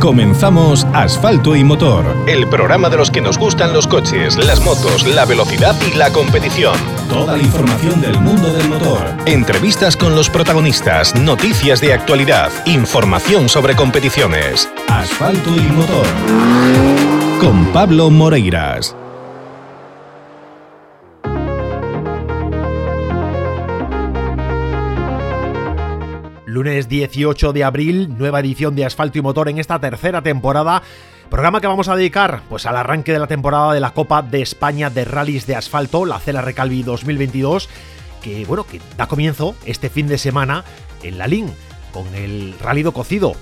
Comenzamos Asfalto y Motor, el programa de los que nos gustan los coches, las motos, la velocidad y la competición. Toda la información del mundo del motor. Entrevistas con los protagonistas, noticias de actualidad, información sobre competiciones. Asfalto y Motor. Con Pablo Moreiras. Lunes 18 de abril, nueva edición de Asfalto y Motor en esta tercera temporada. Programa que vamos a dedicar pues al arranque de la temporada de la Copa de España de Rallys de Asfalto, la CLR Calvi 2022, que da comienzo este fin de semana en la LIN, con el Rally do Cocido,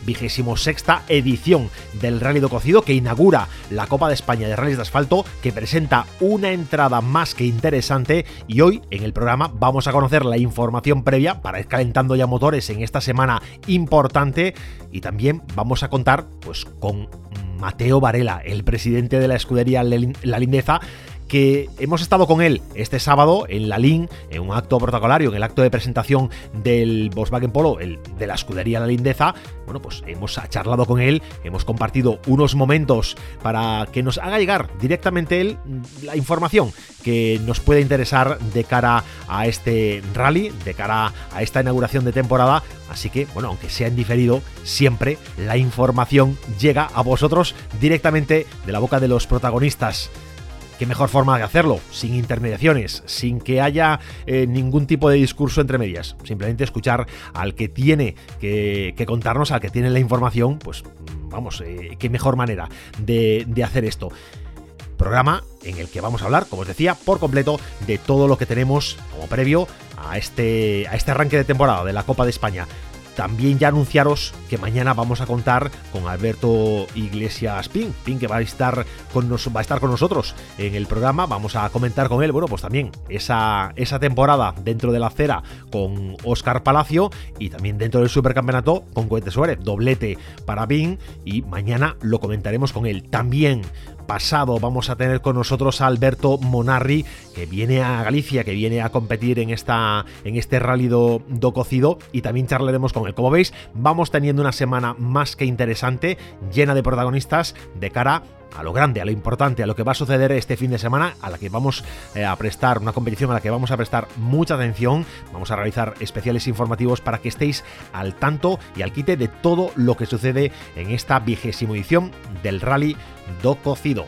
26ª edición del Rally do Cocido, que inaugura la Copa de España de Rallys de Asfalto, que presenta una entrada más que interesante. Y hoy en el programa vamos a conocer la información previa para ir calentando ya motores en esta semana importante, y también vamos a contar pues con Mateo Varela, el presidente de la escudería La Lindeza, que hemos estado con él este sábado en la LIN, en un acto protocolario, en el acto de presentación del Volkswagen Polo, de la escudería La Lindeza. Bueno, pues hemos charlado con él, hemos compartido unos momentos para que nos haga llegar directamente él la información que nos puede interesar de cara a este rally, de cara a esta inauguración de temporada. Así que, bueno, aunque sea en diferido, siempre la información llega a vosotros directamente de la boca de los protagonistas. ¿Qué mejor forma de hacerlo? Sin intermediaciones, sin que haya ningún tipo de discurso entre medias. Simplemente escuchar al que tiene que contarnos, al que tiene la información. Pues vamos, qué mejor manera de hacer esto. Programa en el que vamos a hablar, como os decía, por completo de todo lo que tenemos como previo a este arranque de temporada de la Copa de España. También ya anunciaros que mañana vamos a contar con Alberto Iglesias Pin, que va a estar con nosotros en el programa. Vamos a comentar con él, bueno, pues también esa temporada dentro de la acera con Óscar Palacio, y también dentro del Supercampeonato con Cohete Suárez, doblete para Pin, y mañana lo comentaremos con él. También pasado vamos a tener con nosotros a Alberto Monarri, que viene a Galicia, que viene a competir en este Rally do Cocido, y también charlaremos con él. Como veis, vamos teniendo una semana más que interesante, llena de protagonistas de cara a lo grande, a lo importante, a lo que va a suceder este fin de semana, a la que vamos a prestar una competición a la que vamos a prestar mucha atención. Vamos a realizar especiales informativos para que estéis al tanto y al quite de todo lo que sucede en esta 20ª edición del Rally do Cocido.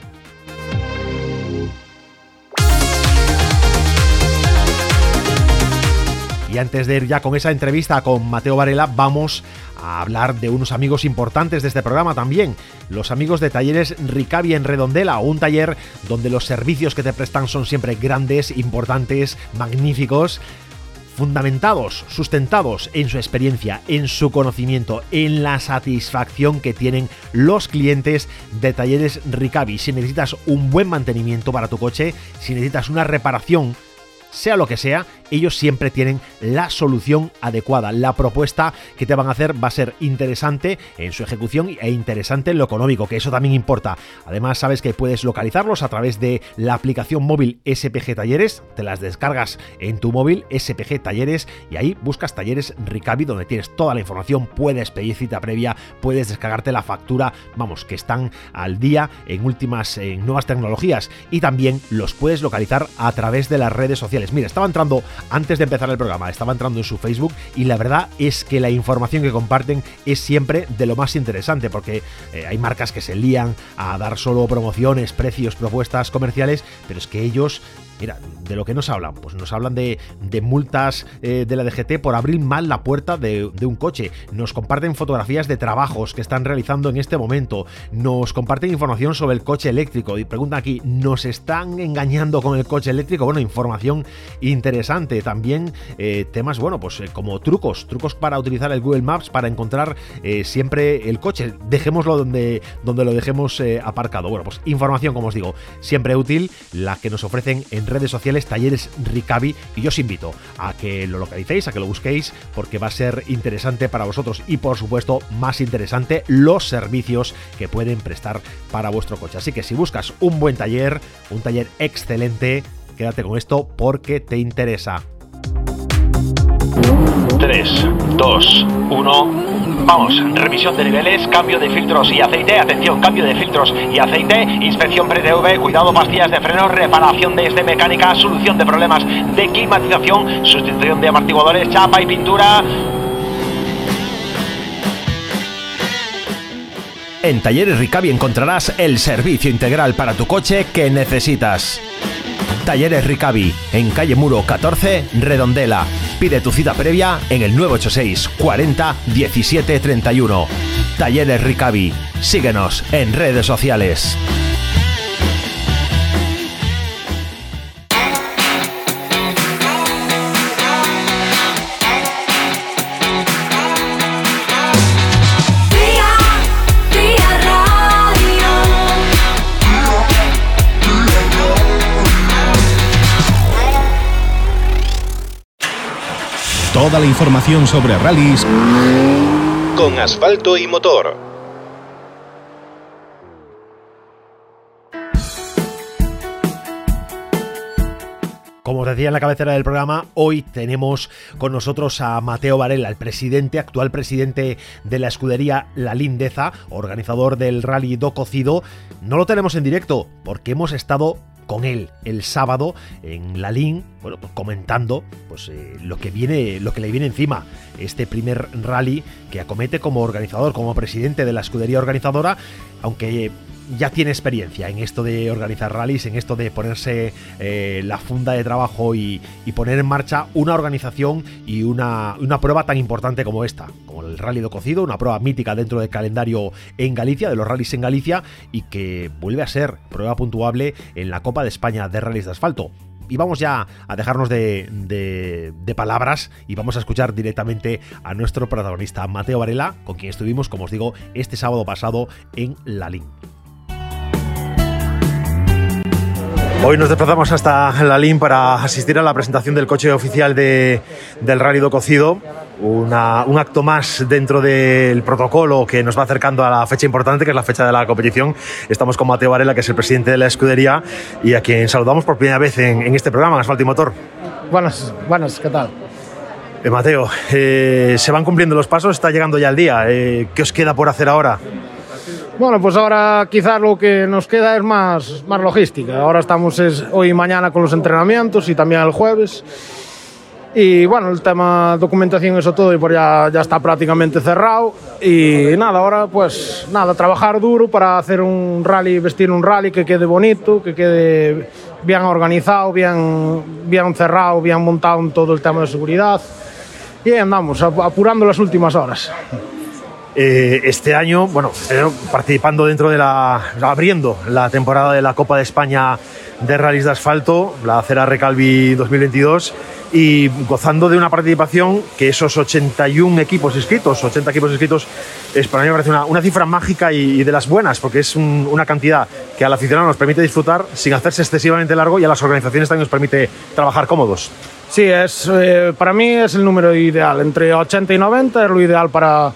Y antes de ir ya con esa entrevista con Mateo Varela, vamos a hablar de unos amigos importantes de este programa también. Los amigos de Talleres Ricavi en Redondela, un taller donde los servicios que te prestan son siempre grandes, importantes, magníficos, fundamentados, sustentados en su experiencia, en su conocimiento, en la satisfacción que tienen los clientes de Talleres Ricavi. Si necesitas un buen mantenimiento para tu coche, si necesitas una reparación, sea lo que sea, ellos siempre tienen la solución adecuada. La propuesta que te van a hacer va a ser interesante en su ejecución e interesante en lo económico, que eso también importa. Además, sabes que puedes localizarlos a través de la aplicación móvil SPG Talleres. Te las descargas en tu móvil, SPG Talleres, y ahí buscas Talleres Ricavi, donde tienes toda la información. Puedes pedir cita previa, puedes descargarte la factura. Vamos, que están al día en nuevas tecnologías, y también los puedes localizar a través de las redes sociales. Mira, estaba entrando antes de empezar el programa, estaba entrando en su Facebook, y la verdad es que la información que comparten es siempre de lo más interesante, porque hay marcas que se lían a dar solo promociones, precios, propuestas comerciales, pero es que ellos, mira, ¿de lo que nos hablan? Pues nos hablan de multas de la DGT por abrir mal la puerta de un coche. Nos comparten fotografías de trabajos que están realizando en este momento. Nos comparten información sobre el coche eléctrico. Y preguntan aquí, ¿nos están engañando con el coche eléctrico? Bueno, información interesante. También temas, bueno, pues como trucos para utilizar el Google Maps para encontrar siempre el coche. Dejémoslo donde lo dejemos aparcado. Bueno, pues información, como os digo, siempre útil, la que nos ofrecen en redes sociales Talleres Ricavi, y yo os invito a que lo localicéis, a que lo busquéis, porque va a ser interesante para vosotros, y por supuesto más interesante los servicios que pueden prestar para vuestro coche. Así que si buscas un buen taller, un taller excelente, quédate con esto porque te interesa. 3, 2, 1... Vamos, revisión de niveles, cambio de filtros y aceite, atención, cambio de filtros y aceite, inspección pre-TV, cuidado, pastillas de freno, reparación de mecánica, solución de problemas de climatización, sustitución de amortiguadores, chapa y pintura. En Talleres Ricavi encontrarás el servicio integral para tu coche que necesitas. Talleres Ricavi, en calle Muro 14, Redondela. Pide tu cita previa en el 986 40 17 31. Talleres Ricavi. Síguenos en redes sociales. Toda la información sobre rallies con Asfalto y Motor. Como os decía en la cabecera del programa, hoy tenemos con nosotros a Mateo Varela, el presidente, actual presidente de la escudería Lalín Deza, organizador del Rally do Cocido. No lo tenemos en directo porque hemos estado con él el sábado en Lalín, bueno, pues comentando pues lo que le viene encima, este primer rally que acomete como organizador, como presidente de la escudería organizadora, aunque ya tiene experiencia en esto de organizar rallies, en esto de ponerse la funda de trabajo y poner en marcha una organización y una prueba tan importante como esta, como el Rally do Cocido, una prueba mítica dentro del calendario en Galicia, de los rallies en Galicia, y que vuelve a ser prueba puntuable en la Copa de España de Rallys de Asfalto. Y vamos ya a dejarnos de palabras y vamos a escuchar directamente a nuestro protagonista, Mateo Varela, con quien estuvimos, como os digo, este sábado pasado en Lalín. Hoy nos desplazamos hasta Lalín para asistir a la presentación del coche oficial del Rally do Cocido, un acto más dentro del protocolo que nos va acercando a la fecha importante, que es la fecha de la competición. Estamos con Mateo Varela, que es el presidente de la escudería y a quien saludamos por primera vez en este programa, en Asfalto y Motor. Buenas, ¿qué tal? Mateo, se van cumpliendo los pasos, está llegando ya el día. ¿Qué os queda por hacer ahora? Bueno, pues ahora quizás lo que nos queda es más logística. Ahora estamos hoy y mañana con los entrenamientos y también el jueves. Y bueno, el tema documentación, eso todo, y pues ya está prácticamente cerrado. Y nada, ahora pues nada, trabajar duro para hacer un rally, vestir un rally que quede bonito, que quede bien organizado, bien cerrado, bien montado en todo el tema de seguridad. Y andamos apurando las últimas horas. Este año, bueno, participando abriendo la temporada de la Copa de España de Rallys de Asfalto, la Cera Recalvi 2022, y gozando de una participación que esos 80 equipos inscritos es para mí me parece una cifra mágica y de las buenas, porque es una cantidad que al aficionado nos permite disfrutar sin hacerse excesivamente largo y a las organizaciones también nos permite trabajar cómodos. Sí, para mí es el número ideal, entre 80 y 90 es lo ideal para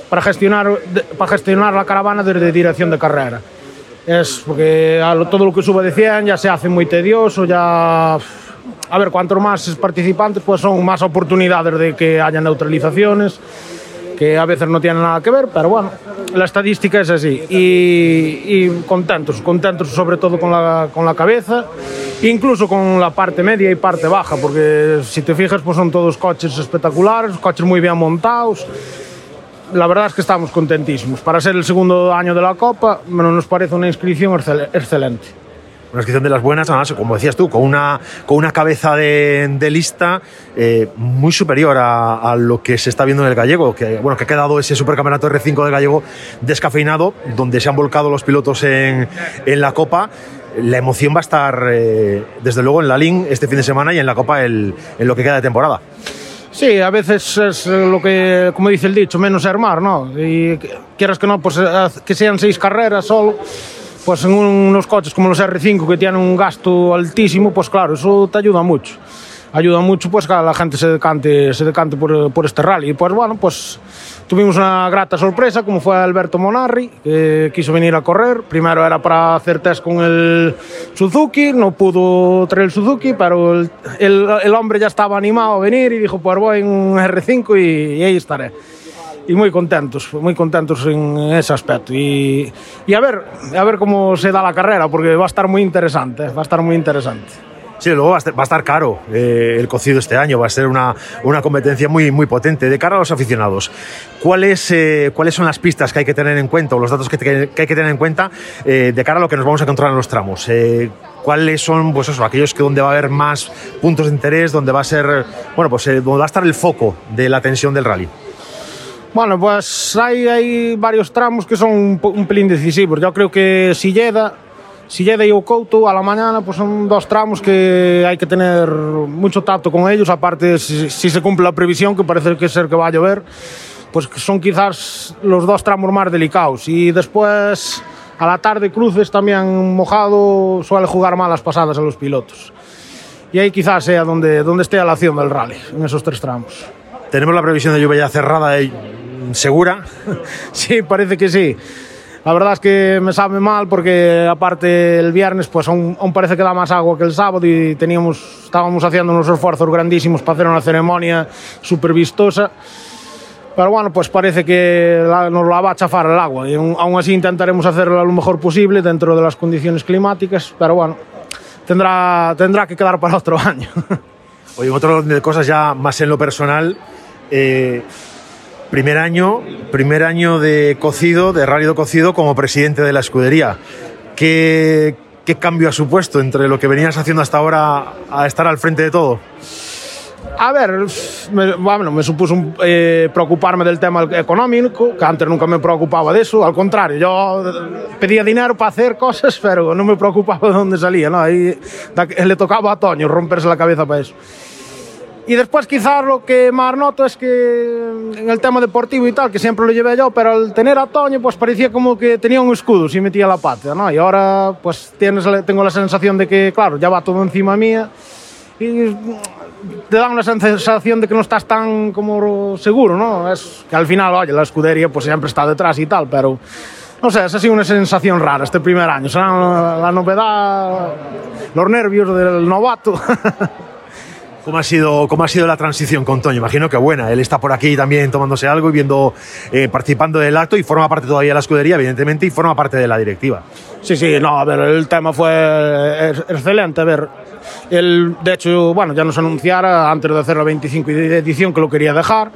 gestionar la caravana desde dirección de carrera. Es porque todo lo que sube de 100 ya se hace muy tedioso, ya... A ver, cuanto más participantes, pues son más oportunidades de que haya neutralizaciones, que a veces no tienen nada que ver, pero bueno, la estadística es así. Y contentos sobre todo con la cabeza, incluso con la parte media y parte baja, porque si te fijas, pues son todos coches espectaculares, coches muy bien montados. La verdad es que estamos contentísimos. Para ser el segundo año de la Copa, nos parece una inscripción excelente. Una inscripción de las buenas, además, como decías tú, con una cabeza de lista muy superior a lo que se está viendo en el Gallego, que ha quedado ese supercampeonato R5 del Gallego descafeinado, donde se han volcado los pilotos en la Copa. La emoción va a estar, desde luego, en Lalín este fin de semana y en la Copa en lo que queda de temporada. Sí, a veces es lo que, como dice el dicho, menos es más, ¿no? Y quieras que no, pues que sean 6 carreras solo, pues en unos coches como los R5 que tienen un gasto altísimo, pues claro, eso te ayuda mucho. ayuda mucho pues que la gente se decante por este rally. Y pues bueno, pues tuvimos una grata sorpresa, como fue Alberto Monarri, que quiso venir a correr. Primero era para hacer test con el Suzuki, no pudo traer el Suzuki, pero el hombre ya estaba animado a venir y dijo, pues voy en un R5 y ahí estaré. Y muy contentos en ese aspecto. Y a ver cómo se da la carrera, porque va a estar muy interesante, Sí, luego va a estar caro el cocido este año, va a ser una competencia muy, muy potente. De cara a los aficionados, ¿cuáles son las pistas que hay que tener en cuenta o los datos que hay que tener en cuenta de cara a lo que nos vamos a encontrar en los tramos? ¿Cuáles son pues eso, aquellos donde va a haber más puntos de interés, donde va a ser, donde va a estar el foco de la tensión del rally? Bueno, pues hay varios tramos que son un pelín decisivos. Yo creo que Silleda y Ocouto a la mañana pues son dos tramos que hay que tener mucho tacto con ellos. Aparte, si se cumple la previsión, que parece que ser que va a llover, pues son quizás los dos tramos más delicados. Y después, a la tarde, cruces también mojado, suele jugar malas pasadas a los pilotos. Y ahí quizás sea donde esté la acción del rally, en esos tres tramos. ¿Tenemos la previsión de lluvia ya cerrada y segura? Sí, parece que sí. La verdad es que me sabe mal porque aparte el viernes pues aún parece que da más agua que el sábado y estábamos haciendo unos esfuerzos grandísimos para hacer una ceremonia súper vistosa. Pero bueno, pues parece que nos la va a chafar el agua y aún así intentaremos hacerlo lo mejor posible dentro de las condiciones climáticas, pero bueno, tendrá que quedar para otro año. Oye, otro orden de cosas ya más en lo personal. Primer año de cocido, de Rally do Cocido como presidente de la escudería. ¿Qué cambio ha supuesto entre lo que venías haciendo hasta ahora a estar al frente de todo? A ver, me supuso preocuparme del tema económico, que antes nunca me preocupaba de eso. Al contrario, yo pedía dinero para hacer cosas, pero no me preocupaba de dónde salía, ¿no? Ahí le tocaba a Toño romperse la cabeza para eso. Y después quizás lo que más noto es que en el tema deportivo y tal, que siempre lo llevé yo, pero al tener a Toño pues parecía como que tenía un escudo si metía la pata, ¿no? Y ahora pues tengo la sensación de que, claro, ya va todo encima mía y te da una sensación de que no estás tan como seguro, ¿no? Es que al final, oye, la escudería pues siempre está detrás y tal, pero no sé, es así una sensación rara este primer año. Será la novedad, los nervios del novato. ¿Cómo ha sido la transición con Toño? Imagino que buena. Él está por aquí también tomándose algo y participando del acto y forma parte todavía de la escudería, evidentemente, y forma parte de la directiva. Sí, no, a ver, el tema fue excelente. A ver, él, de hecho, bueno, ya nos anunciara antes de hacer la 25 edición que lo quería dejar.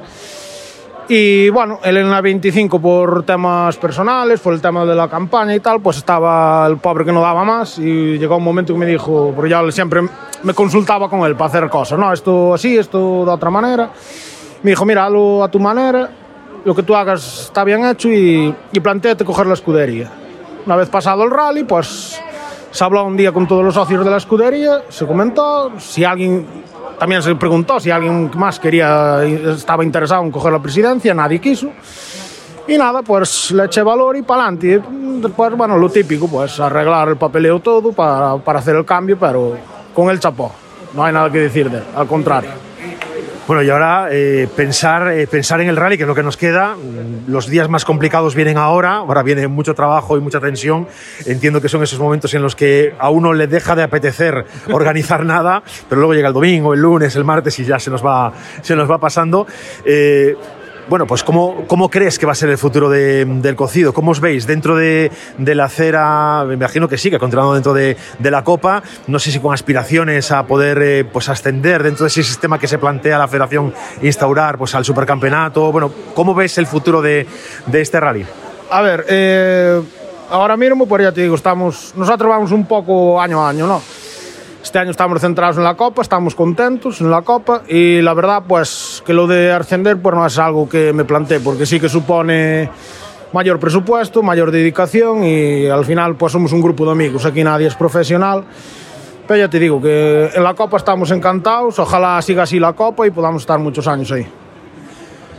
Y bueno, él en la 25 por temas personales, por el tema de la campaña y tal, pues estaba el pobre que no daba más y llegó un momento que me dijo, porque yo siempre me consultaba con él para hacer cosas, no, esto así, esto de otra manera. Me dijo, mira, hazlo a tu manera, lo que tú hagas está bien hecho y plantéate coger la escudería. Una vez pasado el rally, pues se habló un día con todos los socios de la escudería, se comentó, también se preguntó si alguien más estaba interesado en coger la presidencia, nadie quiso. Y nada, pues le eché valor y para adelante. Después, bueno, lo típico, pues arreglar el papeleo todo para hacer el cambio, pero con el chapó. No hay nada que decir de él, al contrario. Bueno, y ahora pensar en el rally, que es lo que nos queda. Los días más complicados vienen ahora viene mucho trabajo y mucha tensión. Entiendo que son esos momentos en los que a uno le deja de apetecer organizar nada, pero luego llega el domingo, el lunes, el martes y ya se nos va pasando. Bueno, pues ¿cómo crees que va a ser el futuro del cocido? ¿Cómo os veis dentro de la acera? Me imagino que sí, que continuando dentro de la Copa. No sé si con aspiraciones a poder pues ascender dentro de ese sistema que se plantea la Federación instaurar pues al Supercampeonato. Bueno, ¿cómo ves el futuro de este rally? A ver, ahora mismo, pues ya te digo, nosotros vamos un poco año a año, ¿no? Este año estamos centrados en la Copa, estamos contentos en la Copa y la verdad pues que lo de ascender pues no es algo que me planteé porque sí que supone mayor presupuesto, mayor dedicación y al final pues somos un grupo de amigos, aquí nadie es profesional, pero ya te digo que en la Copa estamos encantados, ojalá siga así la Copa y podamos estar muchos años ahí.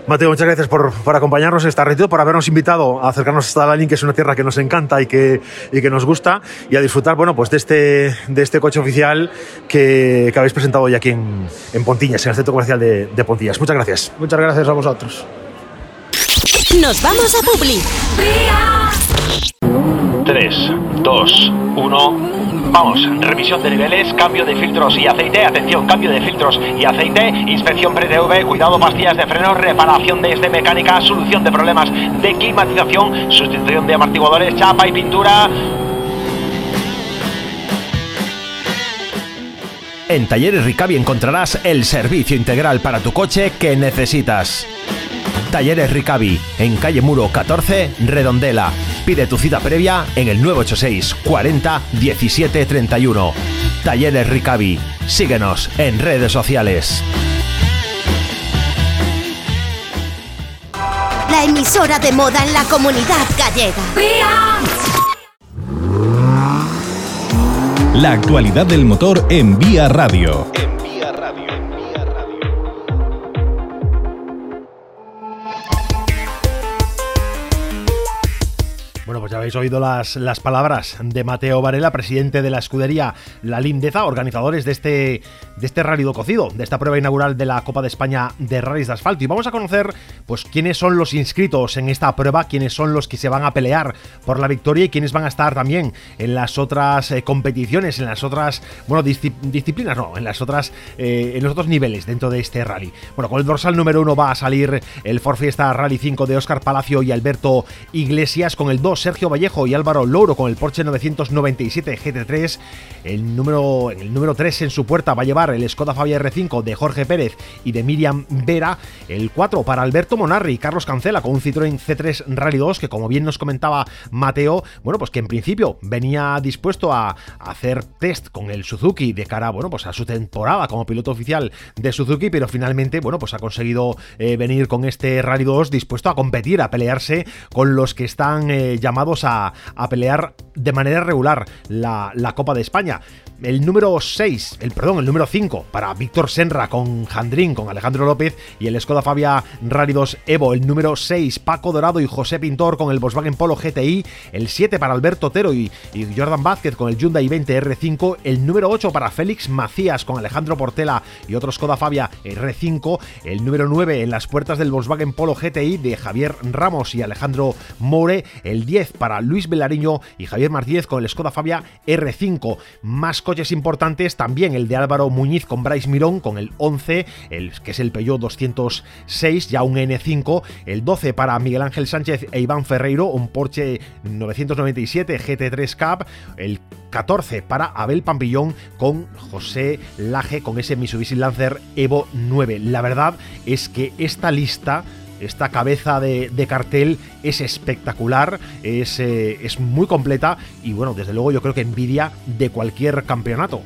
Mateo, muchas gracias por acompañarnos en esta retiro, por habernos invitado a acercarnos hasta Lalín, que es una tierra que nos encanta y que nos gusta, y a disfrutar, bueno, pues de este coche oficial que habéis presentado hoy aquí en Pontiñas, en el centro comercial de Pontiñas. Muchas gracias. Muchas gracias a vosotros. Nos vamos a Publi. 3, 2, 1... Vamos, revisión de niveles, cambio de filtros y aceite, atención, cambio de filtros y aceite, inspección pre-TV, cuidado, pastillas de freno, reparación de mecánica, solución de problemas de climatización, sustitución de amortiguadores, chapa y pintura. En Talleres Ricavi encontrarás el servicio integral para tu coche que necesitas. Talleres Ricavi, en calle Muro 14, Redondela. Pide tu cita previa en el 986 40 17 31. Talleres Ricavi. Síguenos en redes sociales. La emisora de moda en la comunidad gallega. La actualidad del motor en Vía Radio. Bueno, pues ya habéis oído las palabras de Mateo Varela, presidente de la escudería Lalín Deza, organizadores de este rápido cocido, de esta prueba inaugural de la Copa de España de Rallys de Asfalto. Y vamos a conocer pues quiénes son los inscritos en esta prueba, quiénes son los que se van a pelear por la victoria y quiénes van a estar también en las otras competiciones, en las otras, bueno, disciplinas, no, en los otros niveles dentro de este rally. Bueno, con el dorsal número 1 va a salir el Ford Fiesta Rally 5 de Óscar Palacio y Alberto Iglesias, con el 2 Sergio Vallejo y Álvaro Louro, con el Porsche 997 GT3. El número 3 en su puerta va a llevar el Skoda Fabia R5 de Jorge Pérez y de Miriam Vera. El 4 para Alberto Monarri y Carlos Cancela, con un Citroën C3 Rally 2, que como bien nos comentaba Mateo, bueno, pues que en principio venía dispuesto a hacer test con el Suzuki de cara, bueno, pues a su temporada como piloto oficial de Suzuki, pero finalmente, bueno, pues ha conseguido venir con este Rally 2 dispuesto a competir, a pelearse con los que están llamados a pelear de manera regular la Copa de España. El número 5 para Víctor Senra con Jandrín, con Alejandro López y el Skoda Fabia Rally 2 Evo. El número 6 Paco Dorado y José Pintor con el Volkswagen Polo GTI. El 7 para Alberto Otero y Jordan Vázquez con el Hyundai i20 R5. El número 8 para Félix Macías con Alejandro Portela y otro Skoda Fabia R5. El número 9 en las puertas del Volkswagen Polo GTI de Javier Ramos y Alejandro More. El 10 para Luis Velariño y Javier Martínez con el Skoda Fabia R5. Más coches importantes también, el de Álvaro Muñiz con Bryce Mirón, con el 11, que es el Peugeot 206, ya un N5. El 12 para Miguel Ángel Sánchez e Iván Ferreiro, un Porsche 997 GT3 Cup. El 14 para Abel Pampillón con José Laje, con ese Mitsubishi Lancer Evo 9. La verdad es que esta lista, esta cabeza de cartel es espectacular, es muy completa y bueno, desde luego yo creo que envidia de cualquier campeonato.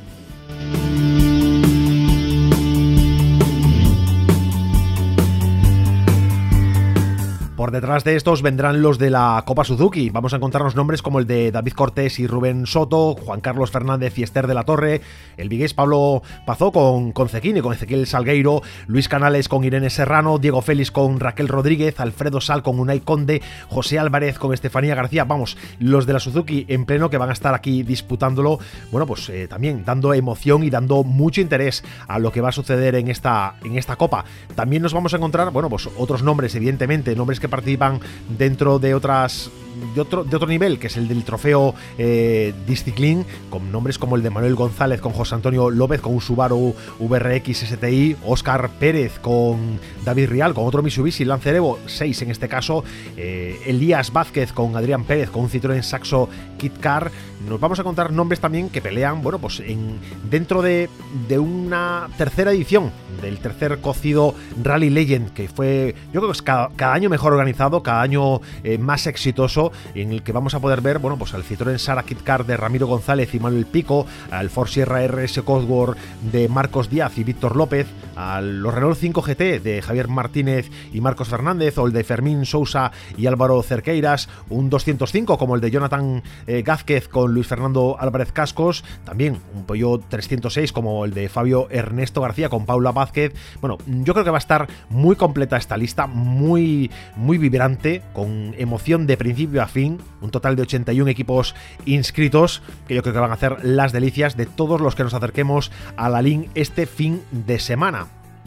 Por detrás de estos vendrán los de la Copa Suzuki. Vamos a encontrarnos nombres como el de David Cortés y Rubén Soto, Juan Carlos Fernández y Esther de la Torre, el vigués Pablo Pazó con Cequini, con Ezequiel Salgueiro, Luis Canales con Irene Serrano, Diego Félix con Raquel Rodríguez, Alfredo Sal con Unai Conde, José Álvarez con Estefanía García. Vamos, los de la Suzuki en pleno, que van a estar aquí disputándolo, bueno, pues también dando emoción y dando mucho interés a lo que va a suceder en esta Copa. También nos vamos a encontrar, bueno, pues otros nombres, evidentemente, nombres que participan dentro de otro nivel, que es el del trofeo Disciclin, con nombres como el de Manuel González con José Antonio López con un Subaru VRX STI, Óscar Pérez con David Rial con otro Mitsubishi Lancer Evo 6 en este caso, Elías Vázquez con Adrián Pérez con un Citroën Saxo Kit Car. Nos vamos a contar nombres también que pelean, bueno, pues dentro de una tercera edición del tercer cocido Rally Legend, que fue, yo creo que es cada año mejor organizado, cada año más exitoso, en el que vamos a poder ver, bueno, pues al Citroën Sara Kit Car de Ramiro González y Manuel Pico, al Ford Sierra RS Cosworth de Marcos Díaz y Víctor López, a los Renault 5 GT de Javier Martínez y Marcos Fernández, o el de Fermín Sousa y Álvaro Cerqueiras, un 205 como el de Jonathan Gázquez con Luis Fernando Álvarez Cascos, también un Peugeot 306 como el de Fabio Ernesto García con Paula Vázquez. Bueno, yo creo que va a estar muy completa esta lista, muy vibrante, con emoción de principio a fin, un total de 81 equipos inscritos que yo creo que van a hacer las delicias de todos los que nos acerquemos a la LIN este fin de semana.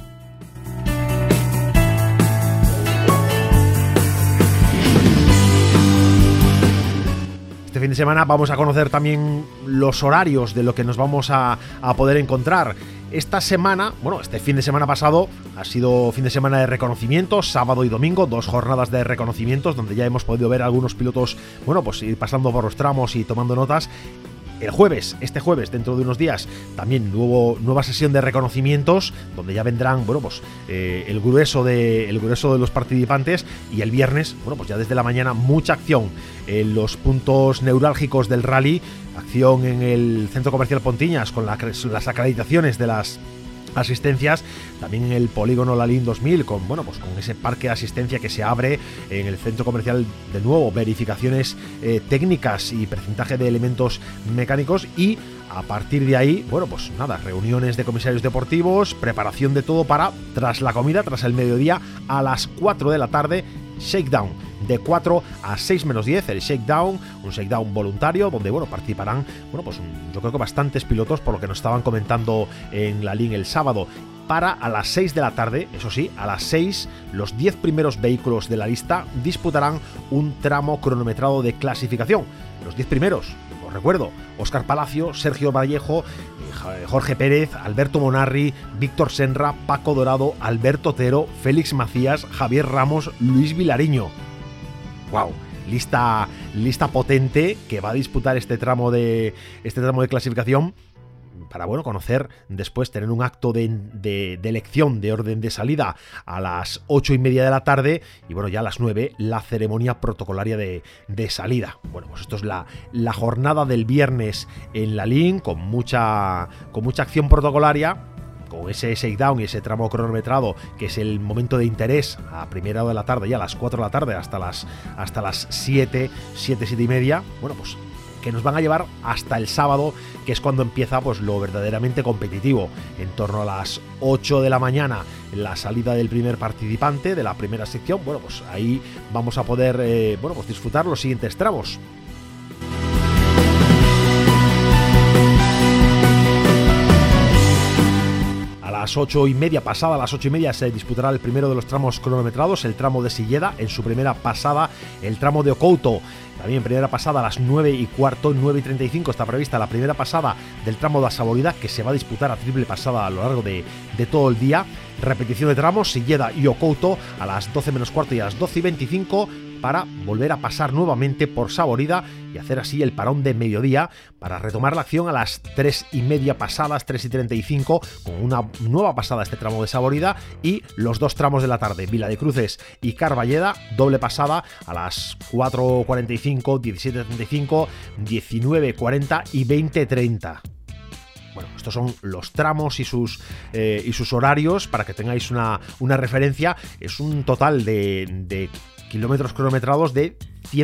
Este fin de semana vamos a conocer también los horarios de lo que nos vamos a poder encontrar. Esta semana, bueno, este fin de semana pasado ha sido fin de semana de reconocimientos, sábado y domingo, 2 jornadas de reconocimientos donde ya hemos podido ver a algunos pilotos, bueno, pues ir pasando por los tramos y tomando notas. El jueves, este jueves, dentro de unos días, también nueva sesión de reconocimientos, donde ya vendrán, bueno, pues el grueso de los participantes, y el viernes, bueno, pues ya desde la mañana mucha acción en los puntos neurálgicos del rally, acción en el Centro Comercial Pontiñas con las acreditaciones de las asistencias, también en el polígono Lalín 2000 con, bueno, pues con ese parque de asistencia que se abre en el centro comercial, de nuevo verificaciones técnicas y percentaje de elementos mecánicos, y a partir de ahí, bueno, pues nada, reuniones de comisarios deportivos, preparación de todo para, tras la comida, tras el mediodía, a las 4 de la tarde, shakedown de 4 a 6 menos 10, el shakedown, un shakedown voluntario donde, bueno, participarán, bueno, pues yo creo que bastantes pilotos, por lo que nos estaban comentando en la LIN el sábado. Para a las 6 de la tarde, eso sí, a las 6, los 10 primeros vehículos de la lista disputarán un tramo cronometrado de clasificación. Los 10 primeros, os recuerdo, Óscar Palacio, Sergio Vallejo, Jorge Pérez, Alberto Monarri, Víctor Senra, Paco Dorado, Alberto Otero, Félix Macías, Javier Ramos, Luis Vilariño. ¡Wow! Lista potente que va a disputar este tramo de clasificación, para, bueno, conocer después, tener un acto de elección de orden de salida a las 8:30 de la tarde, y bueno, ya a las 9 la ceremonia protocolaria de salida. Bueno, pues esto es la jornada del viernes en la LIN, con mucha acción protocolaria, con ese shakedown y ese tramo cronometrado, que es el momento de interés a primera hora de la tarde, ya a las 4 de la tarde hasta las 7 y media. Bueno, pues que nos van a llevar hasta el sábado, que es cuando empieza pues lo verdaderamente competitivo, en torno a las 8 de la mañana, la salida del primer participante de la primera sección. Bueno, pues ahí vamos a poder pues disfrutar los siguientes tramos. A las 8:30, pasada a las 8:30, se disputará el primero de los tramos cronometrados, el tramo de Silleda. En su primera pasada, el tramo de Ocouto. También primera pasada a las 9:15, 9:35 está prevista la primera pasada del tramo de Asaborida, que se va a disputar a triple pasada a lo largo de todo el día. Repetición de tramos, Silleda y Ocouto a las 12 menos cuarto y a las 12:25, para volver a pasar nuevamente por Saborida y hacer así el parón de mediodía para retomar la acción a las 3:30 pasadas, 3:35, con una nueva pasada este tramo de Saborida, y los 2 tramos de la tarde, Vila de Cruces y Carballeda, doble pasada a las 4:45, 17:35, 19:40 y 20:30. Bueno, estos son los tramos y sus horarios para que tengáis una referencia. Es un total de kilómetros cronometrados de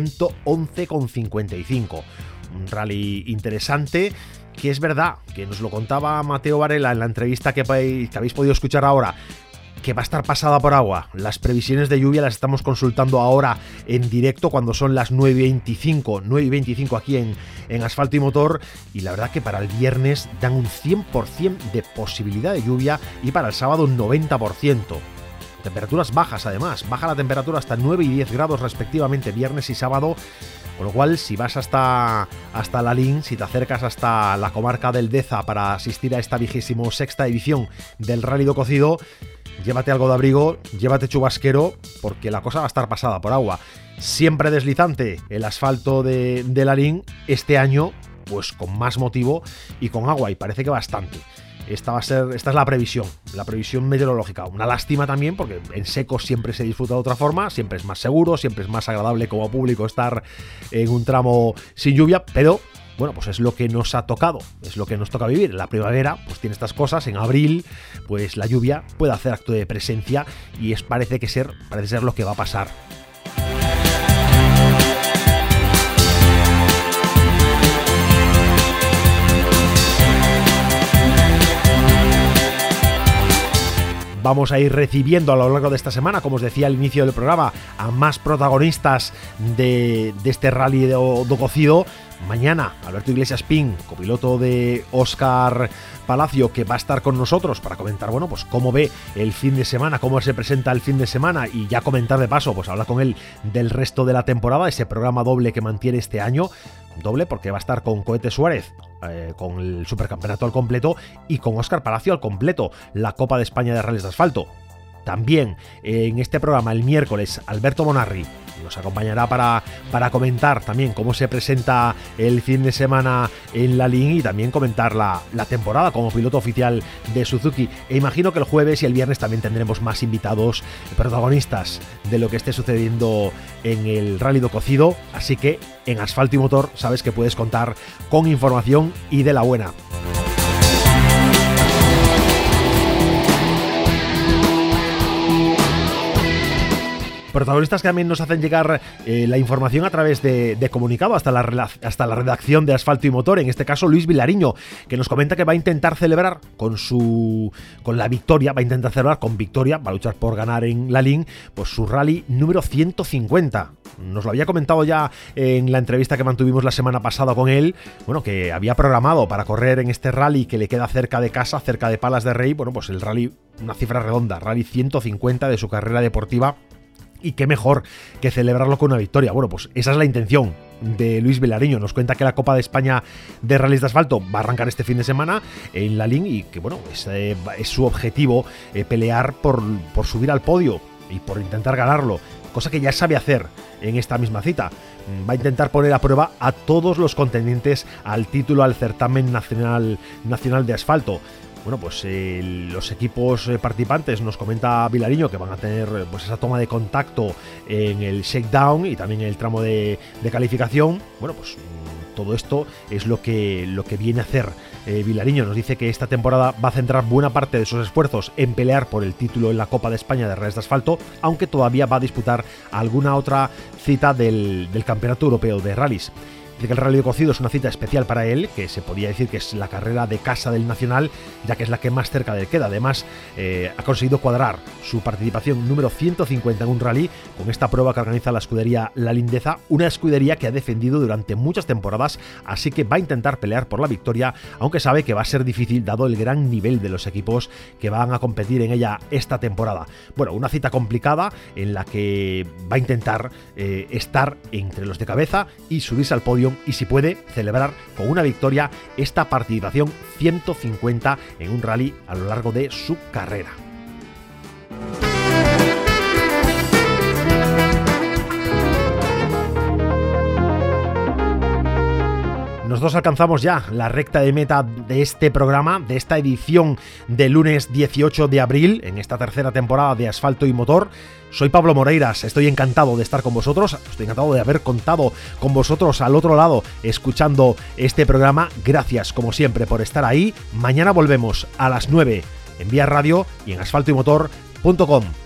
111,55. Un rally interesante, que es verdad que nos lo contaba Mateo Varela en la entrevista que habéis podido escuchar ahora, que va a estar pasada por agua. Las previsiones de lluvia las estamos consultando ahora en directo, cuando son las 9:25 aquí en Asfalto y Motor, y la verdad que para el viernes dan un 100% de posibilidad de lluvia, y para el sábado un 90%. Temperaturas bajas, además, baja la temperatura hasta 9 y 10 grados respectivamente viernes y sábado, con lo cual si vas hasta la LIN, si te acercas hasta la comarca del Deza para asistir a esta 26ª edición del Rally do Cocido, llévate algo de abrigo, llévate chubasquero, porque la cosa va a estar pasada por agua. Siempre deslizante el asfalto de la LIN, este año pues con más motivo y con agua, y parece que bastante. esta es la previsión meteorológica. Una lástima también, porque en seco siempre se disfruta de otra forma, siempre es más seguro, siempre es más agradable como público estar en un tramo sin lluvia, pero bueno, pues es lo que nos ha tocado, es lo que nos toca vivir. En la primavera pues tiene estas cosas, en abril pues la lluvia puede hacer acto de presencia y parece ser lo que va a pasar. Vamos a ir recibiendo a lo largo de esta semana, como os decía al inicio del programa, a más protagonistas de este rally do cocido. Mañana, Alberto Iglesias Pin, copiloto de Óscar Palacio, que va a estar con nosotros para comentar, bueno, pues cómo ve el fin de semana, cómo se presenta el fin de semana y ya comentar de paso, pues hablar con él del resto de la temporada, ese programa doble que mantiene este año. Doble porque va a estar con Cohete Suárez, con el supercampeonato al completo, y con Óscar Palacio al completo, la Copa de España de Rallys de Asfalto. También en este programa el miércoles Alberto Monarri nos acompañará para comentar también cómo se presenta el fin de semana en la LIN y también comentar la temporada como piloto oficial de Suzuki. E imagino que el jueves y el viernes también tendremos más invitados protagonistas de lo que esté sucediendo en el Rally do Cocido, así que en Asfalto y Motor sabes que puedes contar con información y de la buena. Protagonistas que también nos hacen llegar la información a través de comunicado hasta la redacción de Asfalto y Motor, en este caso Luis Vilariño, que nos comenta que va a intentar celebrar con la victoria, va a intentar celebrar con victoria, va a luchar por ganar en la LIN, pues su rally número 150. Nos lo había comentado ya en la entrevista que mantuvimos la semana pasada con él, bueno, que había programado para correr en este rally que le queda cerca de casa, cerca de Palas de Rey, bueno, pues el rally, una cifra redonda, rally 150 de su carrera deportiva. Y qué mejor que celebrarlo con una victoria. Bueno, pues esa es la intención de Luis Vilariño. Nos cuenta que la Copa de España de Rallys de Asfalto va a arrancar este fin de semana en la LIN y que, bueno, es su objetivo pelear por subir al podio y por intentar ganarlo, cosa que ya sabe hacer en esta misma cita. Va a intentar poner a prueba a todos los contendientes al título al certamen nacional de asfalto. Bueno, pues los equipos participantes, nos comenta Vilariño, que van a tener pues esa toma de contacto en el shakedown y también en el tramo de calificación. Bueno, pues todo esto es lo que viene a hacer Vilariño. Nos dice que esta temporada va a centrar buena parte de sus esfuerzos en pelear por el título en la Copa de España de Rallys de Asfalto, aunque todavía va a disputar alguna otra cita del Campeonato Europeo de Rallys. Dice que el Rally do Cocido es una cita especial para él, que se podría decir que es la carrera de casa del Nacional, ya que es la que más cerca de él queda. Además, ha conseguido cuadrar su participación número 150 en un rally con esta prueba que organiza la escudería La Lindeza, una escudería que ha defendido durante muchas temporadas, así que va a intentar pelear por la victoria, aunque sabe que va a ser difícil dado el gran nivel de los equipos que van a competir en ella esta temporada. Bueno, una cita complicada en la que va a intentar estar entre los de cabeza y subirse al podio y, si puede, celebrar con una victoria esta participación 150 en un rally a lo largo de su carrera. Nosotros alcanzamos ya la recta de meta de este programa, de esta edición del lunes 18 de abril, en esta tercera temporada de Asfalto y Motor. Soy Pablo Moreiras, estoy encantado de estar con vosotros, estoy encantado de haber contado con vosotros al otro lado escuchando este programa. Gracias, como siempre, por estar ahí. Mañana volvemos a las 9 en Vía Radio y en asfaltoymotor.com.